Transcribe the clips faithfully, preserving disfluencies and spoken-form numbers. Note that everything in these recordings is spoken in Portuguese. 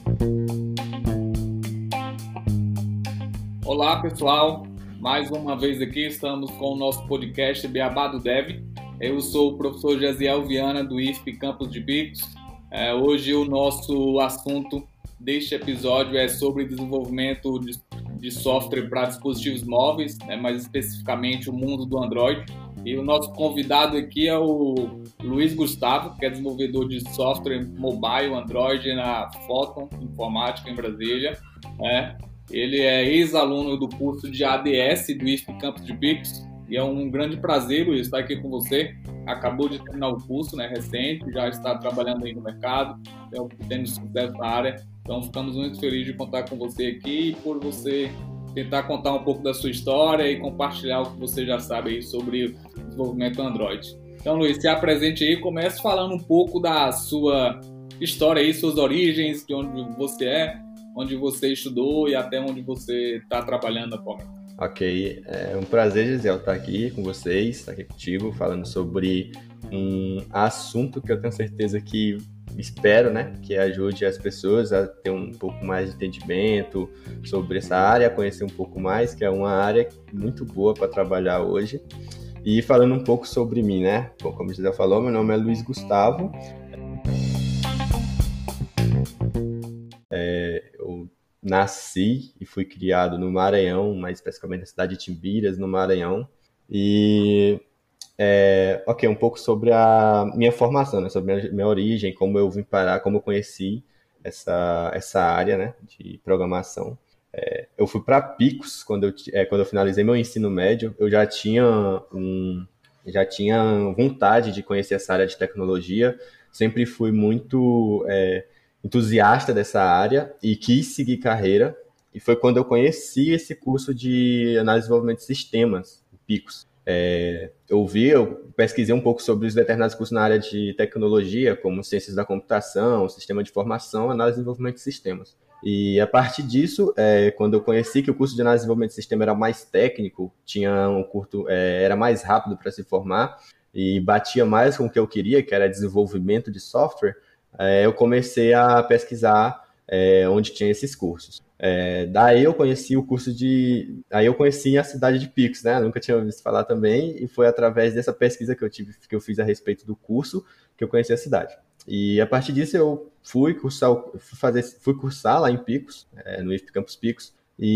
Olá, pessoal. Mais uma vez aqui estamos com o nosso podcast Beabá do Dev. Eu sou o professor Jaziel Viana, do I F P Campos de Picos. É, hoje o nosso assunto deste episódio é sobre desenvolvimento de, de software para dispositivos móveis, né, mais especificamente o mundo do Android. E o nosso convidado aqui é o Luiz Gustavo, que é desenvolvedor de software mobile Android na Photon Informática em Brasília. Né? Ele é ex-aluno do curso de A D S do I F P Campos de Picos e é um grande prazer, Luiz, estar aqui com você. Acabou de terminar o curso, né, recente, já está trabalhando aí no mercado, tendo sucesso na área. Então, ficamos muito felizes de contar com você aqui e por você tentar contar um pouco da sua história e compartilhar o que você já sabe aí sobre o desenvolvimento Android. Então, Luiz, se apresente aí, comece falando um pouco da sua história aí, suas origens, de onde você é, onde você estudou e até onde você está trabalhando atualmente. Ok, é um prazer, Gisele, estar aqui com vocês, estar aqui contigo, falando sobre um assunto que eu tenho certeza que espero, né, que ajude as pessoas a ter um pouco mais de entendimento sobre essa área, a conhecer um pouco mais, que é uma área muito boa para trabalhar hoje. E falando um pouco sobre mim, né, bom, como a Gisele falou, meu nome é Luiz Gustavo. É, eu nasci e fui criado no Maranhão, mais especificamente na cidade de Timbiras, no Maranhão. E, é, ok, um pouco sobre a minha formação, né, sobre a minha, minha origem, como eu vim parar, como eu conheci essa, essa área, né, de programação. É, eu fui para Picos quando eu, é, quando eu finalizei meu ensino médio. Eu já tinha, um, já tinha vontade de conhecer essa área de tecnologia, sempre fui muito... É, entusiasta dessa área e quis seguir carreira, e foi quando eu conheci esse curso de análise e desenvolvimento de sistemas, o Picos. É, eu vi, eu pesquisei um pouco sobre os determinados cursos na área de tecnologia, como ciências da computação, sistema de informação, análise e desenvolvimento de sistemas. E a partir disso, é, quando eu conheci que o curso de análise e desenvolvimento de sistema era mais técnico, tinha um curto, é, era mais rápido para se formar e batia mais com o que eu queria, que era desenvolvimento de software, É, eu comecei a pesquisar é, onde tinha esses cursos. É, daí eu conheci o curso de... Aí eu conheci a cidade de Picos, né? Eu nunca tinha ouvido falar também, e foi através dessa pesquisa que eu tive, que eu fiz a respeito do curso, que eu conheci a cidade. E a partir disso eu fui cursar, fui fazer, fui cursar lá em Picos, é, no I F P Campus Picos,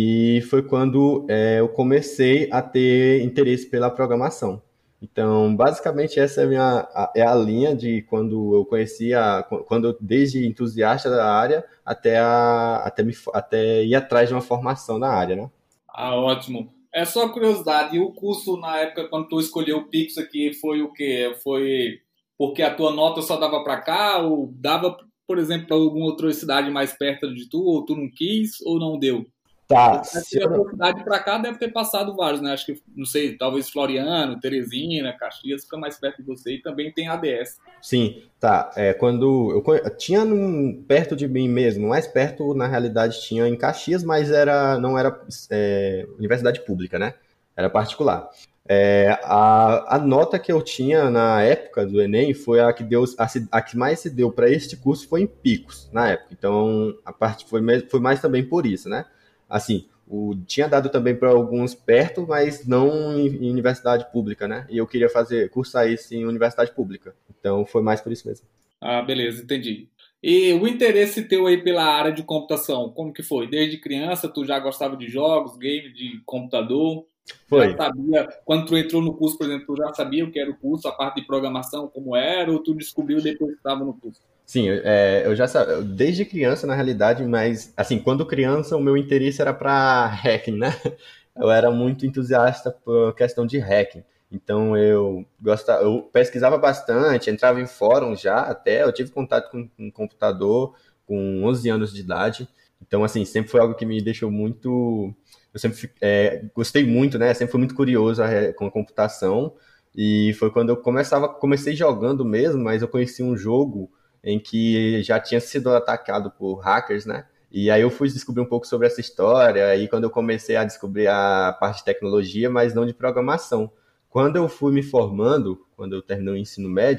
e foi quando é, eu comecei a ter interesse pela programação. Então, basicamente, essa é a, minha, a, é a linha de quando eu conheci, a, quando eu, desde entusiasta da área até, a, até, me, até ir atrás de uma formação na área, né? Ah, ótimo. É só curiosidade, e o curso na época, quando tu escolheu o Picos aqui, foi o quê? Foi porque a tua nota só dava para cá, ou dava, por exemplo, para alguma outra cidade mais perto de tu, ou tu não quis, ou não deu? Tá, Porque a tua cidade para cá deve ter passado vários, né? Acho que, não sei, talvez Floriano, Teresina, Caxias, fica mais perto de você e também tem A D S. Sim, tá. É, quando eu tinha num, perto de mim mesmo, mais perto, na realidade, tinha em Caxias, mas era, não era é, universidade pública, né? Era particular. É, a, a nota que eu tinha na época do Enem foi a que, deu, a, a que mais se deu para este curso foi em Picos, na época. Então, a parte foi, foi mais também por isso, né? Assim, o, tinha dado também para alguns perto, mas não em, em universidade pública, né? E eu queria fazer, cursar isso em universidade pública. Então, foi mais por isso mesmo. Ah, beleza, entendi. E o interesse teu aí pela área de computação, como que foi? Desde criança, tu já gostava de jogos, games, de computador? Foi. Já sabia, quando tu entrou no curso, por exemplo, tu já sabia o que era o curso, a parte de programação, como era, ou tu descobriu depois que estava no curso? Sim, é, eu já sabia, desde criança, na realidade, mas, assim, quando criança, o meu interesse era para hacking, né? Eu era muito entusiasta por questão de hacking. Então, eu gostava, eu pesquisava bastante, entrava em fóruns já, até, eu tive contato com um computador com onze anos de idade. Então, assim, sempre foi algo que me deixou muito... Eu sempre é, gostei muito, né? Sempre fui muito curioso com a computação. E foi quando eu começava, comecei jogando mesmo, mas eu conheci um jogo em que já tinha sido atacado por hackers, né? E aí eu fui descobrir um pouco sobre essa história, e quando eu comecei a descobrir a parte de tecnologia, mas não de programação. Quando eu fui me formando, quando eu terminei o ensino médio,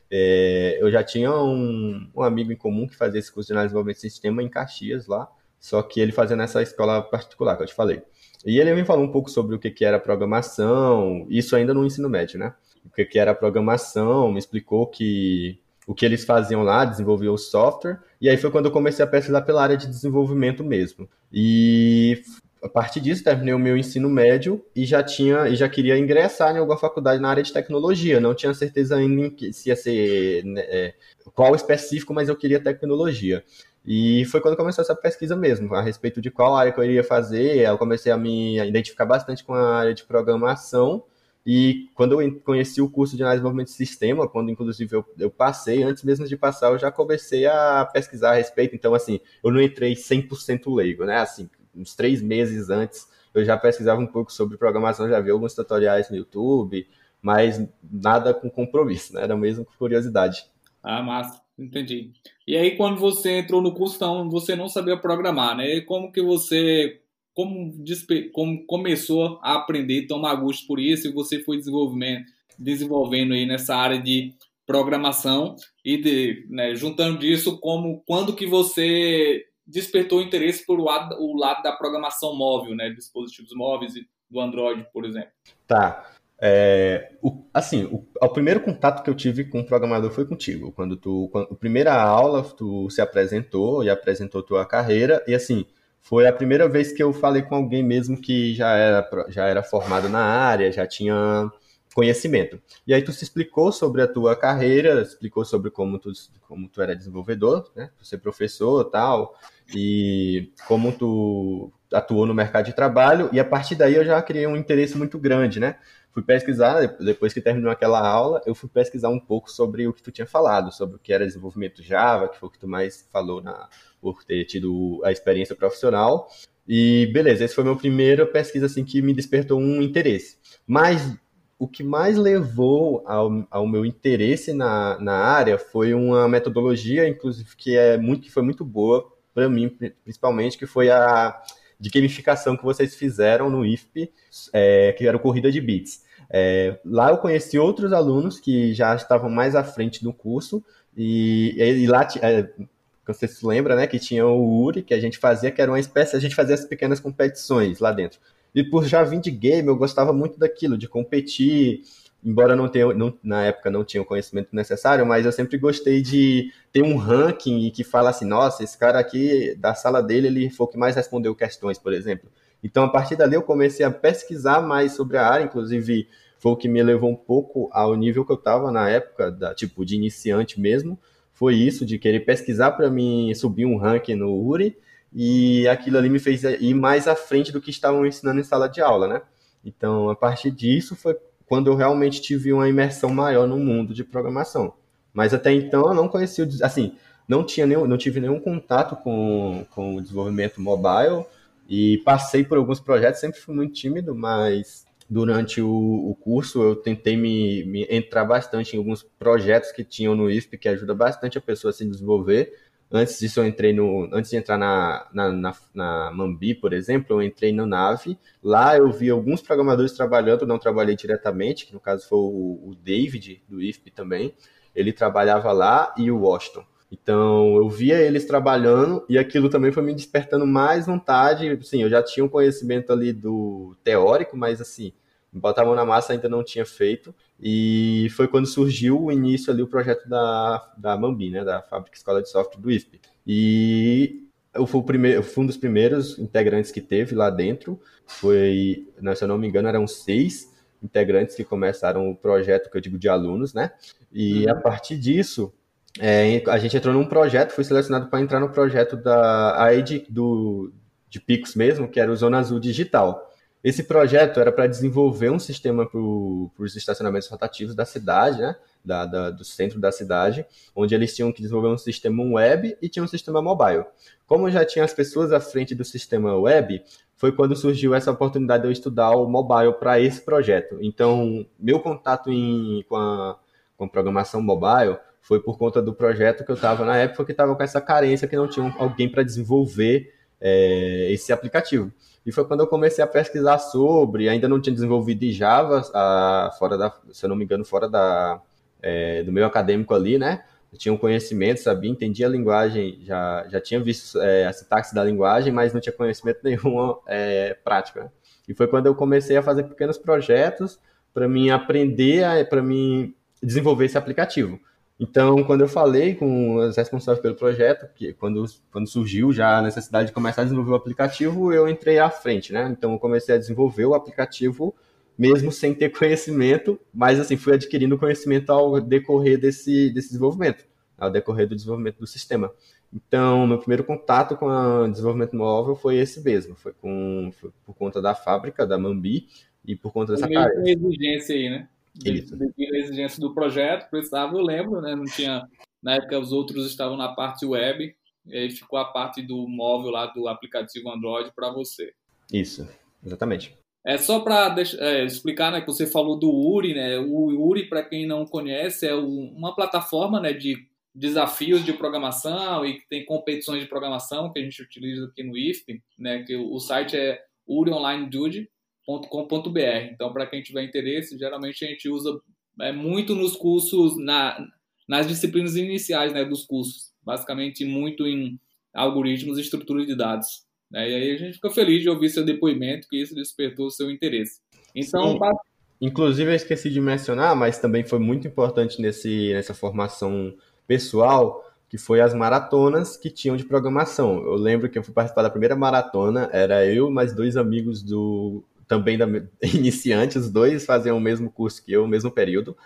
É, eu já tinha um, um amigo em comum que fazia esse curso de análise de desenvolvimento de sistema em Caxias lá, só que ele fazia nessa escola particular que eu te falei. E ele me falou um pouco sobre o que, que era programação, isso ainda no ensino médio, né? O que, que era programação, me explicou que o que eles faziam lá, desenvolviam o software, e aí foi quando eu comecei a pesquisar pela área de desenvolvimento mesmo. E a partir disso, terminei o meu ensino médio e já tinha e já queria ingressar em alguma faculdade na área de tecnologia. Não tinha certeza ainda se ia ser né, é, qual específico, mas eu queria tecnologia. E foi quando começou essa pesquisa mesmo, a respeito de qual área que eu iria fazer. Eu comecei a me identificar bastante com a área de programação. E quando eu conheci o curso de análise de desenvolvimento de sistema, quando inclusive eu, eu passei, antes mesmo de passar, eu já comecei a pesquisar a respeito. Então, assim, eu não entrei cem por cento leigo, né? Assim, uns três meses antes, eu já pesquisava um pouco sobre programação, já vi alguns tutoriais no YouTube, mas nada com compromisso, né? Era mesmo com curiosidade. Ah, massa, entendi. E aí, quando você entrou no curso, então, você não sabia programar, né? E como que você, como, despe- como começou a aprender, tomar gosto por isso, e você foi desenvolvimento, desenvolvendo aí nessa área de programação e de, né, juntando disso, como, quando que você despertou interesse por o lado, o lado da programação móvel, né? Dispositivos móveis e do Android, por exemplo. Tá. É, o, assim, o, o primeiro contato que eu tive com o programador foi contigo. Quando tu, quando, a primeira aula, tu se apresentou e apresentou tua carreira, e assim, foi a primeira vez que eu falei com alguém mesmo que já era, pro- já era formado na área, já tinha conhecimento. E aí tu se explicou sobre a tua carreira, explicou sobre como tu, como tu era desenvolvedor, né? Tu ser professor e tal, e como tu atuou no mercado de trabalho, e a partir daí eu já criei um interesse muito grande, né? Fui pesquisar, depois que terminou aquela aula, eu fui pesquisar um pouco sobre o que tu tinha falado, sobre o que era desenvolvimento Java, que foi o que tu mais falou na, por ter tido a experiência profissional. E beleza, esse foi meu primeiro pesquisa assim que me despertou um interesse. Mas o que mais levou ao, ao meu interesse na, na área foi uma metodologia, inclusive, que, é muito, que foi muito boa para mim, principalmente, que foi a de gamificação que vocês fizeram no I F P, é, que era o Corrida de Bits. É, lá eu conheci outros alunos que já estavam mais à frente do curso, e, e lá, é, você se lembra, né, que tinha o Uri, que a gente fazia, que era uma espécie, a gente fazia as pequenas competições lá dentro. E por já vir de game, eu gostava muito daquilo, de competir, embora não tenha, não, na época não tinha o conhecimento necessário, mas eu sempre gostei de ter um ranking que fala assim, nossa, esse cara aqui, da sala dele, ele foi o que mais respondeu questões, por exemplo. Então, a partir dali, eu comecei a pesquisar mais sobre a área, inclusive foi o que me levou um pouco ao nível que eu estava na época, da, tipo, de iniciante mesmo, foi isso, de querer pesquisar para mim subir um ranking no Uri, e aquilo ali me fez ir mais à frente do que estavam ensinando em sala de aula, né? Então, a partir disso foi quando eu realmente tive uma imersão maior no mundo de programação. Mas até então eu não conhecia, assim, não tinha nenhum, não tive nenhum contato com, com o desenvolvimento mobile e passei por alguns projetos, sempre fui muito tímido, mas durante o, o curso eu tentei me, me entrar bastante em alguns projetos que tinham no I F P, que ajuda bastante a pessoa a se desenvolver. Antes disso, eu entrei no. Antes de entrar na, na, na, na Mambi, por exemplo, eu entrei no Nave. Lá eu vi alguns programadores trabalhando, não trabalhei diretamente, que no caso foi o, o David, do I F P também. Ele trabalhava lá e o Washington. Então, eu via eles trabalhando e aquilo também foi me despertando mais vontade. Sim, eu já tinha um conhecimento ali do teórico, mas assim, botar a mão na massa ainda não tinha feito. E foi quando surgiu o início ali o projeto da, da Mambi, né, da Fábrica Escola de Software do I F P. E eu fui, o primeiro, eu fui um dos primeiros integrantes que teve lá dentro. Foi, se eu não me engano, eram seis integrantes que começaram o projeto, que eu digo de alunos, né? E a partir disso, é, a gente entrou num projeto, foi selecionado para entrar no projeto da A E D do, de Picos mesmo, que era o Zona Azul Digital. Esse projeto era para desenvolver um sistema para os estacionamentos rotativos da cidade, né? Da, da, do centro da cidade, onde eles tinham que desenvolver um sistema web e tinha um sistema mobile. Como já tinha as pessoas à frente do sistema web, foi quando surgiu essa oportunidade de eu estudar o mobile para esse projeto. Então, meu contato em, com, a, com a programação mobile foi por conta do projeto que eu estava na época, que estava com essa carência que não tinha alguém para desenvolver é, esse aplicativo. E foi quando eu comecei a pesquisar sobre, ainda não tinha desenvolvido em Java, a, fora da, se eu não me engano, fora da, é, do meio acadêmico ali, né? Eu tinha um conhecimento, sabia, entendia a linguagem, já, já tinha visto é, a sintaxe da linguagem, mas não tinha conhecimento nenhum é, prático, né? E foi quando eu comecei a fazer pequenos projetos para mim aprender, para mim desenvolver esse aplicativo. Então, quando eu falei com os responsáveis pelo projeto, que quando, quando surgiu já a necessidade de começar a desenvolver o aplicativo, eu entrei à frente, né? Então, eu comecei a desenvolver o aplicativo mesmo sem ter conhecimento, mas assim, fui adquirindo conhecimento ao decorrer desse, desse desenvolvimento, ao decorrer do desenvolvimento do sistema. Então, meu primeiro contato com o desenvolvimento móvel foi esse mesmo, foi, com, foi por conta da fábrica, da Mambi, e por conta dessa Meio tarefa. com exigência aí, né? Isso. Devido à exigência do projeto, precisava, eu lembro, né? Não tinha, na época os outros estavam na parte web, e aí ficou a parte do móvel lá do aplicativo Android para você. Isso, exatamente. É só para é, explicar, né, que você falou do Uri, né? O Uri, para quem não conhece, é uma plataforma, né, de desafios de programação e que tem competições de programação que a gente utiliza aqui no I F P, né? Que o site é uri online dude ponto com ponto b r. Então, para quem tiver interesse, geralmente a gente usa é, muito nos cursos, na, nas disciplinas iniciais, né, dos cursos, basicamente muito em algoritmos e estruturas de dados. Né? E aí a gente fica feliz de ouvir seu depoimento, que isso despertou o seu interesse. Então, Sim. Inclusive, eu esqueci de mencionar, mas também foi muito importante nesse, nessa formação pessoal, que foi as maratonas que tinham de programação. Eu lembro que eu fui participar da primeira maratona, era eu mais dois amigos do também da iniciante, os dois faziam o mesmo curso que eu, o mesmo período.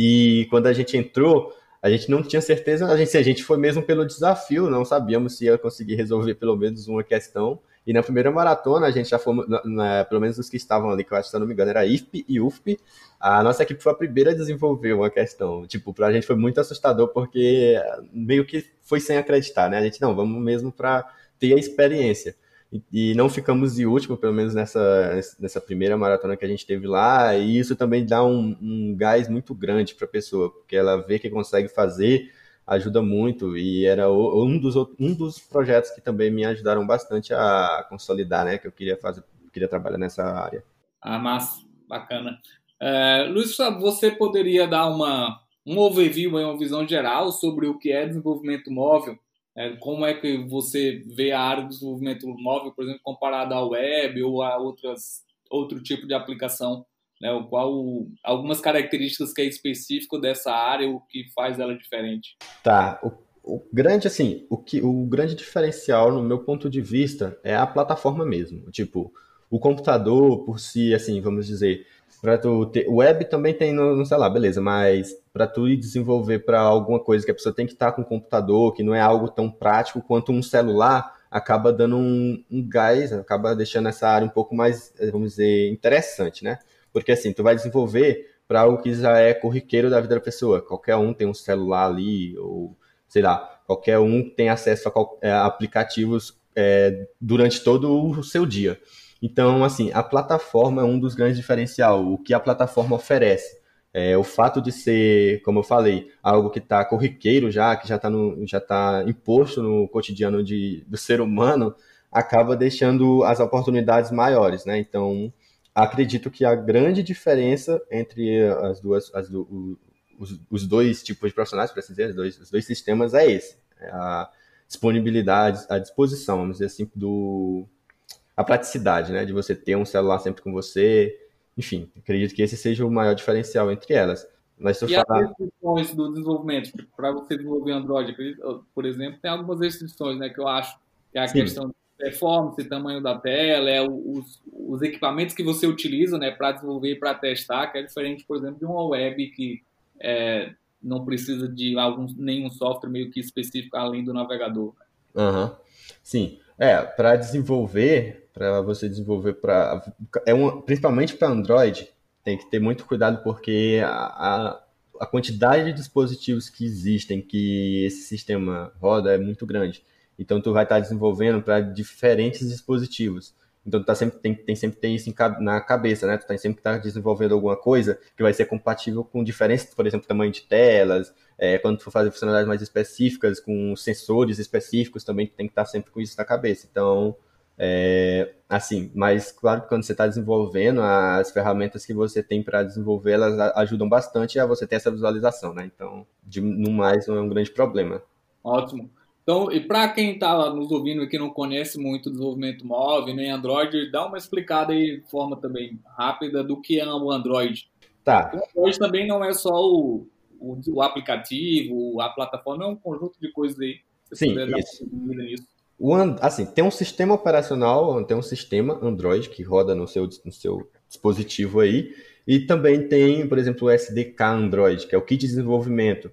E quando a gente entrou, a gente não tinha certeza, a gente, a gente foi mesmo pelo desafio, não sabíamos se ia conseguir resolver pelo menos uma questão. E na primeira maratona, a gente já foi, na, na, pelo menos os que estavam ali, que eu acho, se eu não me engano, era I F P e U F P, a nossa equipe foi a primeira a desenvolver uma questão. Tipo, pra gente foi muito assustador, porque meio que foi sem acreditar, né? A gente, não, vamos mesmo para ter a experiência. E, e não ficamos de último, pelo menos nessa, nessa primeira maratona que a gente teve lá, e isso também dá um, um gás muito grande para a pessoa, porque ela vê que consegue fazer, ajuda muito, e era um dos, um dos projetos que também me ajudaram bastante a consolidar, né, que eu queria fazer, queria trabalhar nessa área. Ah, massa, bacana. É, Luiz, você poderia dar uma, um overview, uma visão geral sobre o que é desenvolvimento móvel? É, como é que você vê a área do desenvolvimento móvel, por exemplo, comparada à web ou a outras, outro tipo de aplicação, né? O qual, algumas características que é específico dessa área, o que faz ela diferente? Tá, o, o grande, assim, o, que, o grande diferencial, no meu ponto de vista, é a plataforma mesmo. Tipo, o computador por si, assim, vamos dizer, para tu ter, o web também tem no, no celular, beleza, mas para tu ir desenvolver para alguma coisa que a pessoa tem que estar com o computador, que não é algo tão prático quanto um celular, acaba dando um, um gás, acaba deixando essa área um pouco mais, vamos dizer, interessante, né? Porque assim, tu vai desenvolver para algo que já é corriqueiro da vida da pessoa. Qualquer um tem um celular ali, ou sei lá, qualquer um tem acesso a, qual, a aplicativos é, durante todo o seu dia. Então, assim, a plataforma é um dos grandes diferenciais, o que a plataforma oferece. É, o fato de ser, como eu falei, algo que está corriqueiro já, que já está já tá imposto no cotidiano de, do ser humano, acaba deixando as oportunidades maiores, né? Então, acredito que a grande diferença entre as duas, as do, os, os dois tipos de profissionais, para dizer, os dois, os dois sistemas é esse. É a disponibilidade, a disposição, vamos dizer assim, do a praticidade, né, de você ter um celular sempre com você, enfim, acredito que esse seja o maior diferencial entre elas. Mas se eu E falar... as restrições do desenvolvimento, para você desenvolver Android, por exemplo, tem algumas restrições, né, que eu acho que é a Sim. questão de performance, tamanho da tela, é os, os equipamentos que você utiliza, né, para desenvolver e para testar, que é diferente, por exemplo, de uma web que é, não precisa de algum, nenhum software meio que específico além do navegador. Uhum. Sim, é, para desenvolver, para você desenvolver para é uma, principalmente para Android, tem que ter muito cuidado porque a, a, a quantidade de dispositivos que existem que esse sistema roda é muito grande. Então tu vai estar desenvolvendo para diferentes dispositivos. Então tu tá sempre, tem, tem sempre ter isso em, na cabeça, né? Tu tem sempre que estar desenvolvendo alguma coisa que vai ser compatível com diferentes, por exemplo, tamanho de telas, é, quando tu for fazer funcionalidades mais específicas, com sensores específicos, também tem que estar sempre com isso na cabeça. Então, É, assim, mas claro que quando você está desenvolvendo, as ferramentas que você tem para desenvolver, elas a- ajudam bastante a você ter essa visualização, né? Então, de, no mais, não é um grande problema. Ótimo. Então, e para quem está nos ouvindo e que não conhece muito desenvolvimento móvel, nem Android, dá uma explicada aí de forma também rápida do que é o Android. Tá, O Android também não é só o, o, o aplicativo, a plataforma, é um conjunto de coisas aí. Se você sim, puder dar isso. uma resumida nisso. O, An- assim, tem um sistema operacional, tem um sistema Android que roda no seu, no seu dispositivo aí, e também tem, por exemplo, o S D K Android, que é o kit de desenvolvimento.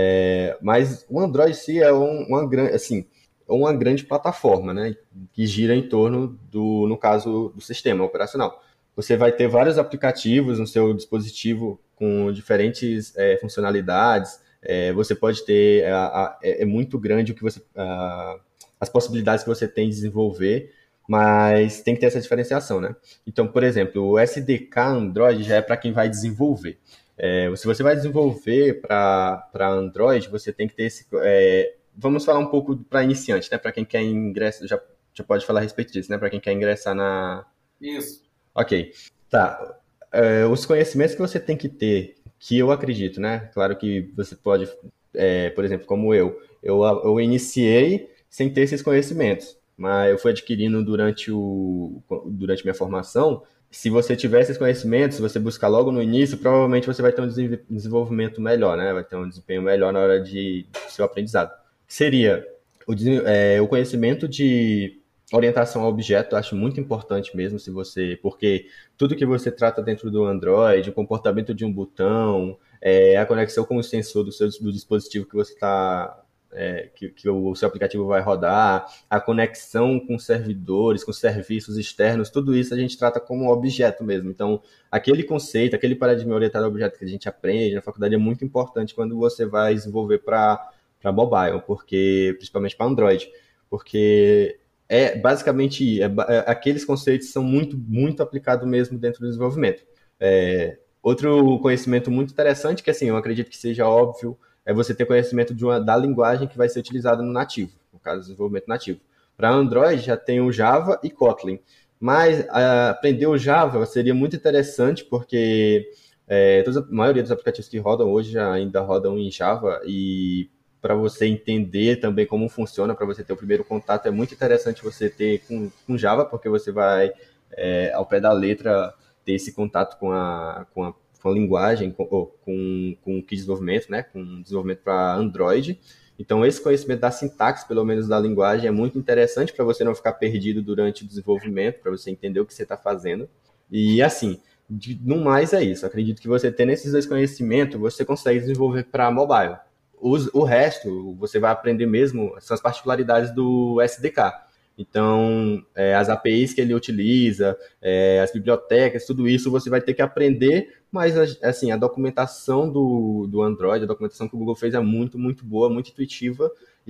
É, mas o Android em si é um- uma, gran- assim, uma grande plataforma, né, que gira em torno do, no caso, do sistema operacional. Você vai ter vários aplicativos no seu dispositivo com diferentes é, funcionalidades. É, você pode ter, a- a- é, é muito grande o que você, a- as possibilidades que você tem de desenvolver, mas tem que ter essa diferenciação, né? Então, por exemplo, o S D K Android já é para quem vai desenvolver. É, se você vai desenvolver para Android, você tem que ter esse. É, vamos falar um pouco para iniciante, né? Para quem quer ingressar, já, já pode falar a respeito disso, né? Para quem quer ingressar na. Isso. Ok. Tá. É, os conhecimentos que você tem que ter, que eu acredito, né? Claro que você pode, é, por exemplo, como eu, eu, eu iniciei sem ter esses conhecimentos, mas eu fui adquirindo durante, o, durante minha formação. Se você tiver esses conhecimentos, se você buscar logo no início, provavelmente você vai ter um desenvolvimento melhor, né? Vai ter um desempenho melhor na hora de do seu aprendizado. Seria o, é, o conhecimento de orientação a objeto, eu acho muito importante mesmo, se você, porque tudo que você trata dentro do Android, o comportamento de um botão, é, a conexão com o sensor do seu do dispositivo que você está é, que, que o seu aplicativo vai rodar, a conexão com servidores, com serviços externos, tudo isso a gente trata como objeto mesmo. Então, aquele conceito, aquele paradigma orientado a objeto que a gente aprende na faculdade é muito importante quando você vai desenvolver para para mobile, porque principalmente para Android, porque é basicamente é, é, aqueles conceitos são muito muito aplicados mesmo dentro do desenvolvimento. É, outro conhecimento muito interessante que assim eu acredito que seja óbvio é você ter conhecimento de uma, da linguagem que vai ser utilizada no nativo, no caso desenvolvimento nativo. Para Android já tem o Java e Kotlin, mas a, aprender o Java seria muito interessante porque é, toda a maioria dos aplicativos que rodam hoje já ainda rodam em Java e para você entender também como funciona, para você ter o primeiro contato, é muito interessante você ter com, com Java, porque você vai, é, ao pé da letra, ter esse contato com a, com a, com a linguagem, com, oh, com, com o que desenvolvimento, né? Com desenvolvimento para Android. Então, esse conhecimento da sintaxe, pelo menos da linguagem, é muito interessante para você não ficar perdido durante o desenvolvimento, para você entender o que você está fazendo. E, assim, de, no mais é isso. Acredito que você tendo esses dois conhecimentos, você consegue desenvolver para mobile. Os, o resto, você vai aprender mesmo, são as particularidades do S D K. Então, é, as A P Is que ele utiliza, é, as bibliotecas, tudo isso você vai ter que aprender, mas assim, a documentação do, do Android, a documentação que o Google fez é muito, muito boa, muito intuitiva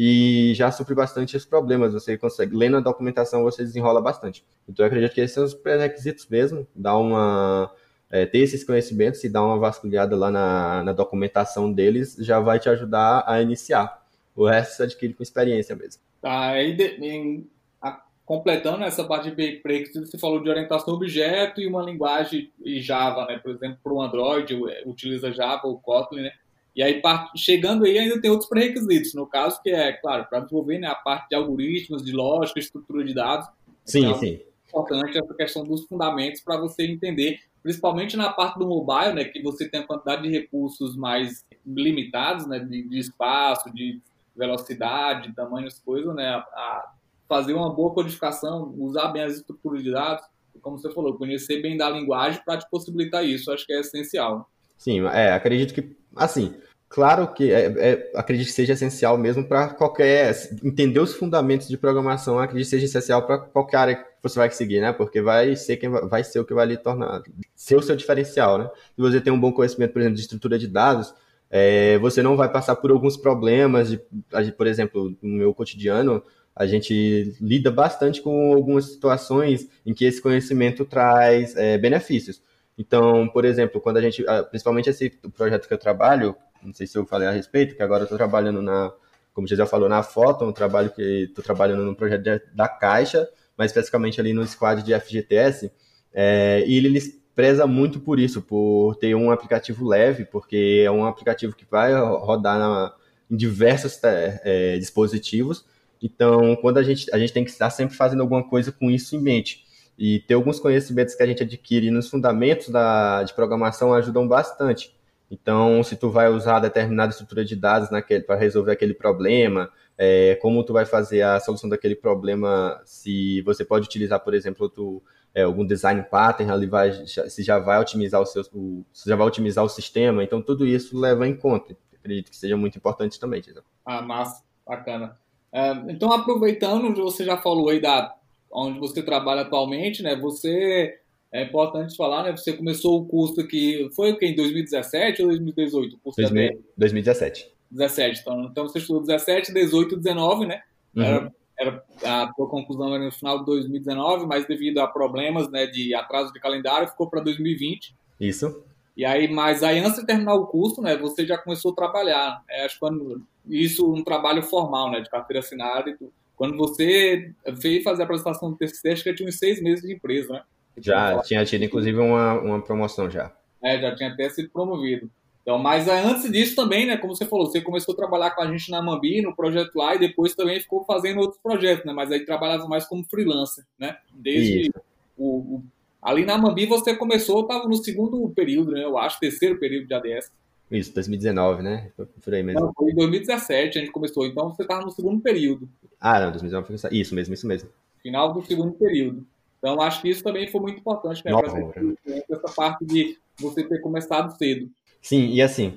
e já supre bastante os problemas. Você consegue, lendo a documentação, você desenrola bastante. Então, eu acredito que esses são os pré-requisitos mesmo, dar uma, é, ter esses conhecimentos e dar uma vasculhada lá na, na documentação deles já vai te ajudar a iniciar. O resto você adquire com experiência mesmo. Tá, aí de, em, a, completando essa parte de pré-requisitos, você falou de orientação a objeto e uma linguagem Java, né? Por exemplo, para o Android, utiliza Java ou Kotlin, né? E aí, part, chegando aí, ainda tem outros pré-requisitos, no caso, que é, claro, para desenvolver, né, a parte de algoritmos, de lógica, estrutura de dados, que é Sim, algo sim. importante, essa questão dos fundamentos para você entender, principalmente na parte do mobile, né, que você tem a quantidade de recursos mais limitados, né, de, de espaço, de velocidade, tamanho, as coisas, né, a, a fazer uma boa codificação, usar bem as estruturas de dados, como você falou, conhecer bem da linguagem para te possibilitar isso, acho que é essencial. Sim, é, acredito que, assim, claro que é, é, acredito que seja essencial mesmo para qualquer, entender os fundamentos de programação, acredito que seja essencial para qualquer área que você vai seguir, né? Porque vai ser quem vai, vai ser o que vai lhe tornar, ser o seu diferencial, né? Se você tem um bom conhecimento, por exemplo, de estrutura de dados, é, você não vai passar por alguns problemas, de, por exemplo, no meu cotidiano, a gente lida bastante com algumas situações em que esse conhecimento traz é, benefícios. Então, por exemplo, quando a gente, principalmente esse projeto que eu trabalho, não sei se eu falei a respeito, que agora eu estou trabalhando na, como o Gisele falou, na Foto, um trabalho que estou trabalhando num projeto de, da Caixa, mais especificamente ali no squad de F G T S, é, e ele preza muito por isso, por ter um aplicativo leve, porque é um aplicativo que vai rodar na, em diversos é, dispositivos. Então, quando a gente, a gente tem que estar sempre fazendo alguma coisa com isso em mente. E ter alguns conhecimentos que a gente adquire nos fundamentos da, de programação ajudam bastante. Então, se tu vai usar determinada estrutura de dados para resolver aquele problema, é, como tu vai fazer a solução daquele problema, se você pode utilizar, por exemplo, tu, é, algum design pattern, ali vai, se já vai otimizar o seu, o, se já vai otimizar o sistema, então tudo isso leva em conta. Acredito que seja muito importante também, Tizão. Ah, massa, bacana. É, então, aproveitando, você já falou aí da onde você trabalha atualmente, né? Você, é importante falar, né? Você começou o curso aqui, foi o quê? Em dois mil e dezessete ou dois mil e dezoito? O curso dois mil, dois mil e dezessete. dezessete, então, então você estudou dezessete, dezoito, dezenove, né? Uhum. Era, era a tua conclusão era no final de dois mil e dezenove, mas devido a problemas, né, de atraso de calendário, ficou para dois mil e vinte. Isso. E aí, mas aí antes de terminar o curso, né, você já começou a trabalhar. É, acho que quando, isso um trabalho formal, né, de carteira assinada e tudo. Quando você veio fazer a apresentação do T C C, acho que já tinha uns seis meses de empresa, né? Já, tinha tido inclusive uma, uma promoção já. É, já tinha até sido promovido. Então, mas antes disso também, né, como você falou, você começou a trabalhar com a gente na Mambi, no projeto lá, e depois também ficou fazendo outros projetos, né? Mas aí trabalhava mais como freelancer, né? Desde o, o, ali na Mambi você começou, estava no segundo período, né? Eu acho, terceiro período de A D S. Isso, dois mil e dezenove, né? Foi por aí mesmo. Não, foi em dois mil e dezessete a gente começou, então você estava no segundo período. Ah, não, dois mil e dezenove foi isso mesmo, isso mesmo. Final do segundo período. Então, acho que isso também foi muito importante, né? Para essa parte de você ter começado cedo. Sim, e assim,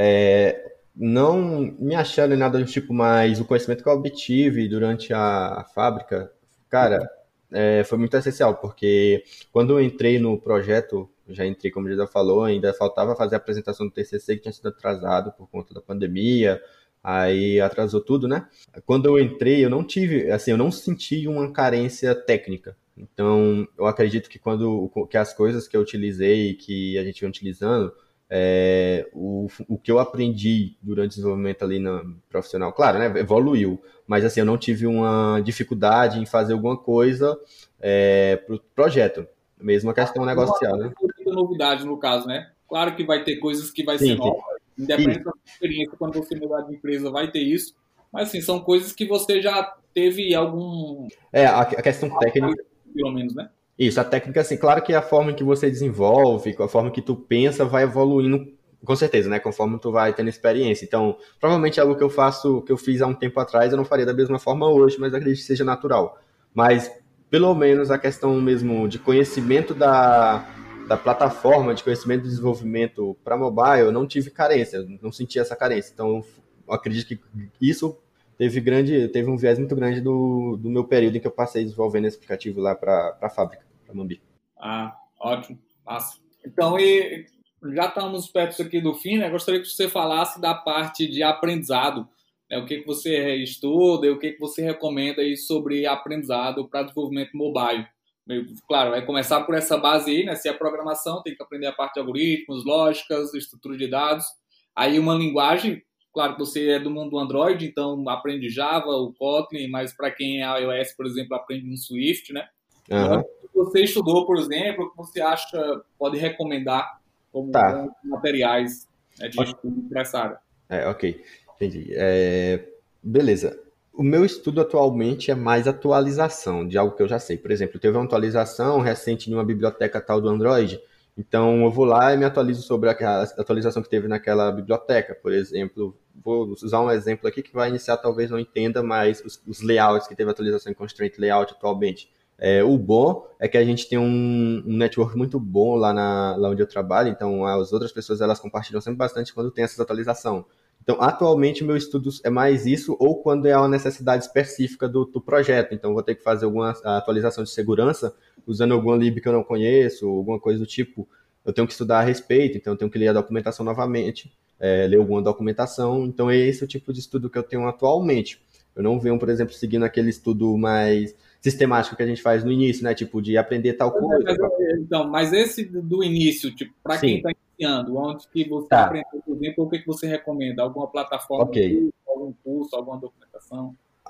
é, não me achando em nada do tipo, mas o conhecimento que eu obtive durante a, a fábrica, cara, é, foi muito essencial, porque quando eu entrei no projeto, já entrei, como já falou, ainda faltava fazer a apresentação do T C C, que tinha sido atrasado por conta da pandemia, aí atrasou tudo, né? Quando eu entrei, eu não tive, assim, eu não senti uma carência técnica. Então, eu acredito que quando que as coisas que eu utilizei, que a gente vem utilizando, é, o, o que eu aprendi durante o desenvolvimento ali no profissional, claro, né, evoluiu, mas assim, eu não tive uma dificuldade em fazer alguma coisa é, para o projeto, mesmo a questão ah, negocial, né? Muita novidade no caso, né? Claro que vai ter coisas que vai sim, ser novas, independente da experiência, quando você mudar de empresa vai ter isso, mas assim, são coisas que você já teve algum... É, a, a questão técnica... Pelo menos, né? Isso, a técnica, assim, claro que a forma que você desenvolve, a forma que tu pensa vai evoluindo, com certeza, né? Conforme tu vai tendo experiência. Então, provavelmente algo que eu faço, que eu fiz há um tempo atrás, eu não faria da mesma forma hoje, mas acredito que seja natural. Mas, pelo menos, a questão mesmo de conhecimento da, da plataforma, de conhecimento de desenvolvimento para mobile, eu não tive carência, não senti essa carência. Então, eu acredito que isso... Teve, grande, teve um viés muito grande do, do meu período em que eu passei desenvolvendo esse aplicativo lá para a fábrica, para a Mambi. Ah, ótimo, massa. Então, e já estamos perto aqui do fim, né? Gostaria que você falasse da parte de aprendizado, né? O que, que você estuda e o que, que você recomenda aí sobre aprendizado para desenvolvimento mobile. Claro, vai começar por essa base aí, né? Se é programação, tem que aprender a parte de algoritmos, lógicas, estrutura de dados. Aí uma linguagem... Claro que você é do mundo do Android, então aprende Java, o Kotlin, mas para quem é iOS, por exemplo, aprende um Swift, né? Uhum. O que você estudou, por exemplo, o que você acha, pode recomendar como tá. materiais, né, de estudo para essa área? É, ok, entendi. É, beleza. O meu estudo atualmente é mais atualização de algo que eu já sei. Por exemplo, teve uma atualização recente de uma biblioteca tal do Android, então eu vou lá e me atualizo sobre a atualização que teve naquela biblioteca. Por exemplo, vou usar um exemplo aqui que vai iniciar, talvez não entenda, mas os, os layouts que teve atualização em Constraint Layout atualmente. É, o bom é que a gente tem um, um network muito bom lá, na, lá onde eu trabalho, então as outras pessoas elas compartilham sempre bastante quando tem essa atualização. Então, atualmente, o meu estudo é mais isso, ou quando é uma necessidade específica do, do projeto. Então, vou ter que fazer alguma atualização de segurança, usando alguma lib que eu não conheço, alguma coisa do tipo. Eu tenho que estudar a respeito, então eu tenho que ler a documentação novamente, é, ler alguma documentação. Então, é esse o tipo de estudo que eu tenho atualmente. Eu não venho, por exemplo, seguindo aquele estudo mais sistemático que a gente faz no início, né? Tipo, de aprender tal coisa. Mas, então, mas esse do início, tipo, para quem está iniciando, onde que você tá. aprendeu, por exemplo, o que, que você recomenda? Alguma plataforma, okay. algum curso, alguma documentação?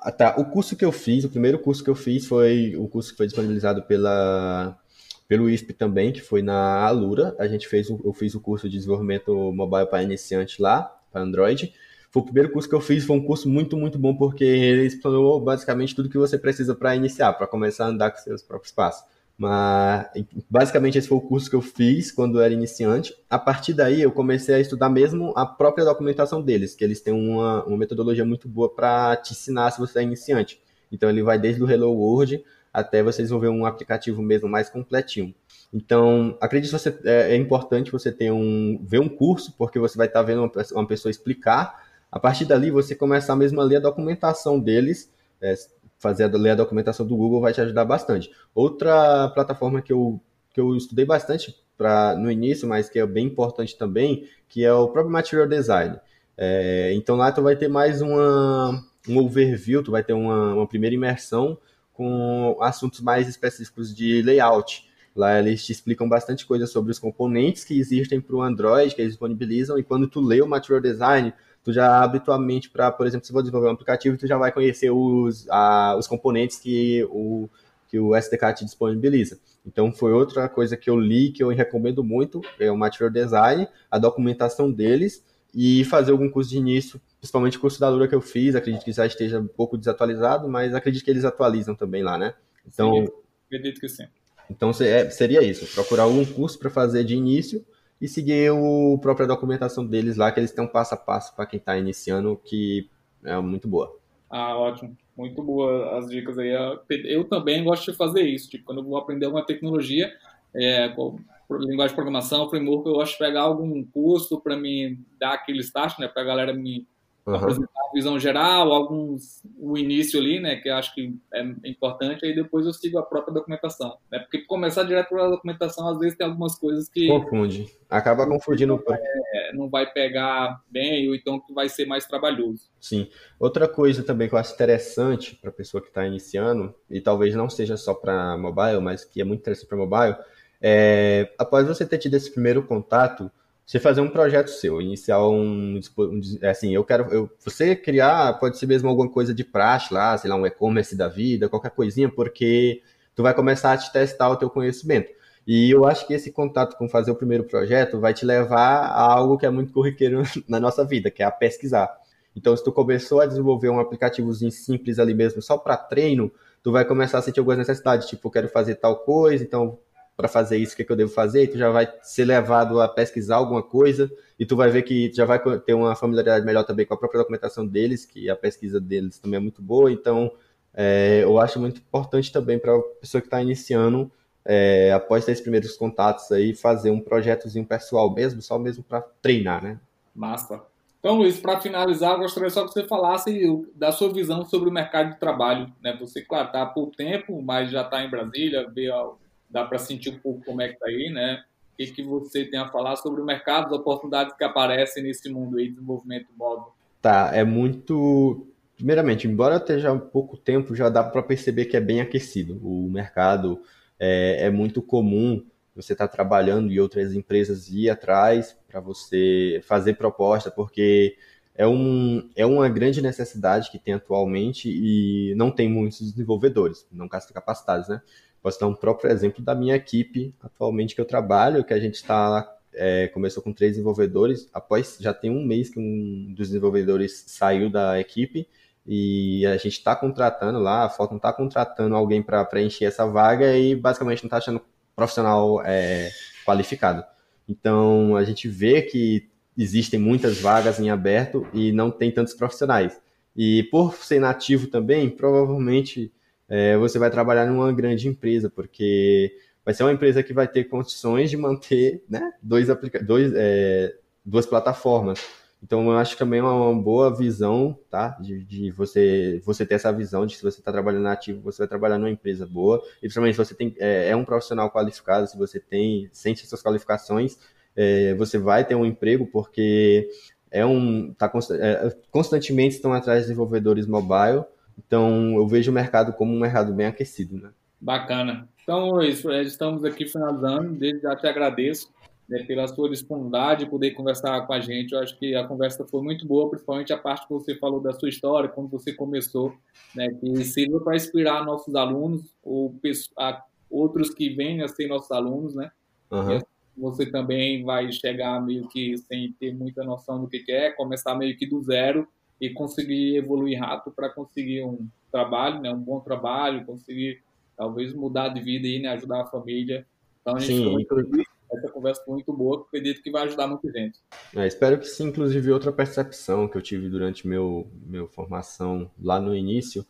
Ah, tá. O curso que eu fiz, o primeiro curso que eu fiz foi o curso que foi disponibilizado pela, pelo I F P também, que foi na Alura. A gente fez, o- eu fiz o curso de desenvolvimento mobile para iniciante lá, para Android. Foi o primeiro curso que eu fiz, foi um curso muito, muito bom, porque ele explorou basicamente tudo que você precisa para iniciar, para começar a andar com seus próprios passos. Mas, basicamente, esse foi o curso que eu fiz quando eu era iniciante. A partir daí, eu comecei a estudar mesmo a própria documentação deles, que eles têm uma, uma metodologia muito boa para te ensinar se você é iniciante. Então, ele vai desde o Hello World até você desenvolver um aplicativo mesmo mais completinho. Então, acredito que você, é, é importante você ter um, ver um curso, porque você vai estar vendo uma, uma pessoa explicar. A partir dali, você começar mesmo a ler a documentação deles, é, fazer a, ler a documentação do Google vai te ajudar bastante. Outra plataforma que eu, que eu estudei bastante pra, no início, mas que é bem importante também, que é o próprio Material Design. É, então lá tu vai ter mais uma, um overview, tu vai ter uma, uma primeira imersão com assuntos mais específicos de layout. Lá eles te explicam bastante coisa sobre os componentes que existem para o Android, que eles disponibilizam, e quando tu lê o Material Design, tu já abre tua mente para, por exemplo, se for desenvolver um aplicativo, tu já vai conhecer os, a, os componentes que o, que o S D K te disponibiliza. Então, foi outra coisa que eu li, que eu recomendo muito, é o Material Design, a documentação deles, e fazer algum curso de início, principalmente o curso da Lura que eu fiz, acredito que já esteja um pouco desatualizado, mas acredito que eles atualizam também lá, né? Sim, Então, acredito que sim. então seria isso, procurar algum curso para fazer de início e seguir a própria documentação deles lá, que eles têm um passo a passo para quem está iniciando, que é muito boa. Ah, ótimo. Muito boa as dicas aí. Eu também gosto de fazer isso. Tipo, quando eu vou aprender alguma tecnologia, é, com linguagem de programação, framework, eu gosto de pegar algum curso para me dar aquele start, né? Para a galera me Uhum. apresentar a visão geral, alguns o início ali, né? Que eu acho que é importante. Aí depois eu sigo a própria documentação, né? Porque começar direto pela documentação, às vezes tem algumas coisas que Confunde. Acaba confundindo. é, não vai pegar bem, ou então que vai ser mais trabalhoso. Sim. Outra coisa também que eu acho interessante para a pessoa que está iniciando, e talvez não seja só para mobile, mas que é muito interessante para mobile, é, após você ter tido esse primeiro contato, você fazer um projeto seu, iniciar um, um assim, eu quero, eu, você criar, pode ser mesmo alguma coisa de praxe lá, sei lá, um e-commerce da vida, qualquer coisinha, porque tu vai começar a te testar o teu conhecimento. E eu acho que esse contato com fazer o primeiro projeto vai te levar a algo que é muito corriqueiro na nossa vida, que é a pesquisar. Então, se tu começou a desenvolver um aplicativozinho simples ali mesmo, só para treino, tu vai começar a sentir algumas necessidades, tipo, eu quero fazer tal coisa, então, para fazer isso, o que, é que eu devo fazer? E tu já vai ser levado a pesquisar alguma coisa, e tu vai ver que tu já vai ter uma familiaridade melhor também com a própria documentação deles, que a pesquisa deles também é muito boa, então, é, eu acho muito importante também para a pessoa que está iniciando, é, após ter esses primeiros contatos aí, fazer um projetozinho pessoal mesmo, só mesmo para treinar, né? Massa. Então, Luiz, para finalizar, eu gostaria só que você falasse da sua visão sobre o mercado de trabalho. Né? Você, claro, está há pouco tempo, mas já está em Brasília, vê, dá para sentir um pouco como é que está aí, né? O que, que você tem a falar sobre o mercado, as oportunidades que aparecem nesse mundo aí de desenvolvimento móvel? Tá, é muito. Primeiramente, embora esteja há pouco tempo, já dá para perceber que é bem aquecido. O mercado é, é muito comum você estar trabalhando e outras empresas ir atrás para você fazer proposta, porque é, um, é uma grande necessidade que tem atualmente e não tem muitos desenvolvedores, não capacitados, né? Posso dar um próprio exemplo da minha equipe atualmente que eu trabalho, que a gente está é, começou com três desenvolvedores. Após já tem um mês que um dos desenvolvedores saiu da equipe e a gente está contratando lá, a Foto não está contratando alguém para preencher essa vaga e basicamente não está achando profissional é, qualificado. Então a gente vê que existem muitas vagas em aberto e não tem tantos profissionais. E por ser nativo também, provavelmente é, você vai trabalhar numa grande empresa, porque vai ser uma empresa que vai ter condições de manter, né, dois aplica dois, é, duas plataformas. Então, eu acho que também é uma boa visão, tá? De, de você, você ter essa visão de que se você está trabalhando ativo, você vai trabalhar numa empresa boa. E principalmente se você tem, é, é um profissional qualificado, se você tem, sente suas qualificações, é, você vai ter um emprego, porque é um, tá, é, constantemente estão atrás de desenvolvedores mobile. Então, eu vejo o mercado como um mercado bem aquecido, né? Bacana. Então, Luiz, estamos aqui finalizando. Desde já te agradeço. né, pela sua disponibilidade de poder conversar com a gente. Eu acho que a conversa foi muito boa, principalmente a parte que você falou da sua história, quando você começou, né, que sirva para inspirar nossos alunos ou a outros que venham a ser nossos alunos, né? Uhum. E assim, você também vai chegar meio que sem ter muita noção do que quer, começar meio que do zero e conseguir evoluir rápido para conseguir um trabalho, né, um bom trabalho, conseguir talvez mudar de vida e, né, ajudar a família. Então a gente ficou Sim, muito inclu- feliz. Essa conversa foi muito boa, acredito que vai ajudar muita gente. é, espero que sim. Inclusive, outra percepção que eu tive durante meu, meu formação lá no início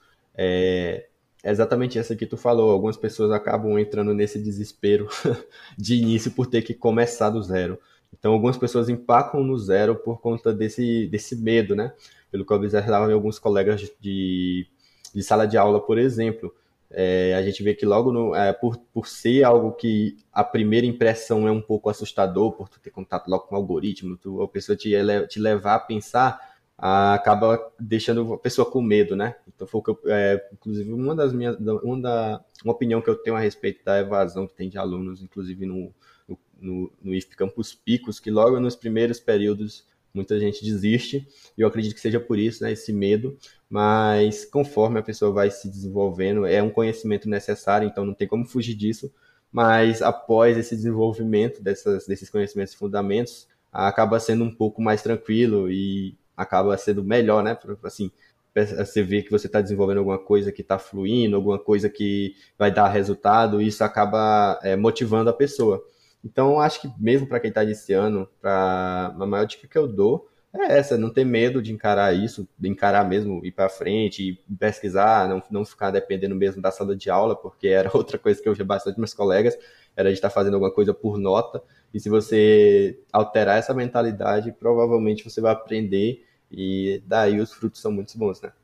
é exatamente essa que tu falou. Algumas pessoas acabam entrando nesse desespero de início por ter que começar do zero. Então, algumas pessoas empacam no zero por conta desse, desse medo, né? Pelo que eu observava em alguns colegas de, de sala de aula, por exemplo. É, a gente vê que logo, no, é, por, por ser algo que a primeira impressão é um pouco assustador, por tu ter contato logo com o algoritmo, tu, a pessoa te, ele, te levar a pensar, a, acaba deixando a pessoa com medo, né? Então, foi o que eu, é, inclusive, uma das minhas, uma, da, uma opinião que eu tenho a respeito da evasão que tem de alunos, inclusive no, no, no, no I F Campus Picos, que logo nos primeiros períodos muita gente desiste, e eu acredito que seja por isso, né, esse medo, mas conforme a pessoa vai se desenvolvendo, é um conhecimento necessário, então não tem como fugir disso, mas após esse desenvolvimento dessas, desses conhecimentos e fundamentos, acaba sendo um pouco mais tranquilo e acaba sendo melhor, né, assim, você vê que você está desenvolvendo alguma coisa que está fluindo, alguma coisa que vai dar resultado, e isso acaba é, motivando a pessoa. Então, acho que mesmo para quem está iniciando, pra, a maior dica que eu dou é essa, não ter medo de encarar isso, de encarar mesmo, ir para frente, pesquisar, não, não ficar dependendo mesmo da sala de aula, porque era outra coisa que eu vi bastante meus colegas, era de estar fazendo alguma coisa por nota, e se você alterar essa mentalidade, provavelmente você vai aprender, e daí os frutos são muito bons, né?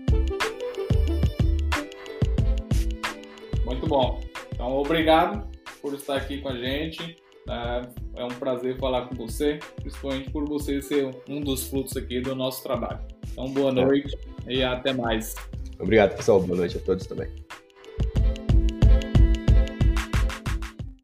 Muito bom. Então, obrigado por estar aqui com a gente. É um prazer falar com você, principalmente por você ser um dos frutos aqui do nosso trabalho. Então, boa noite é. e até mais. Obrigado, pessoal. Boa noite a todos também.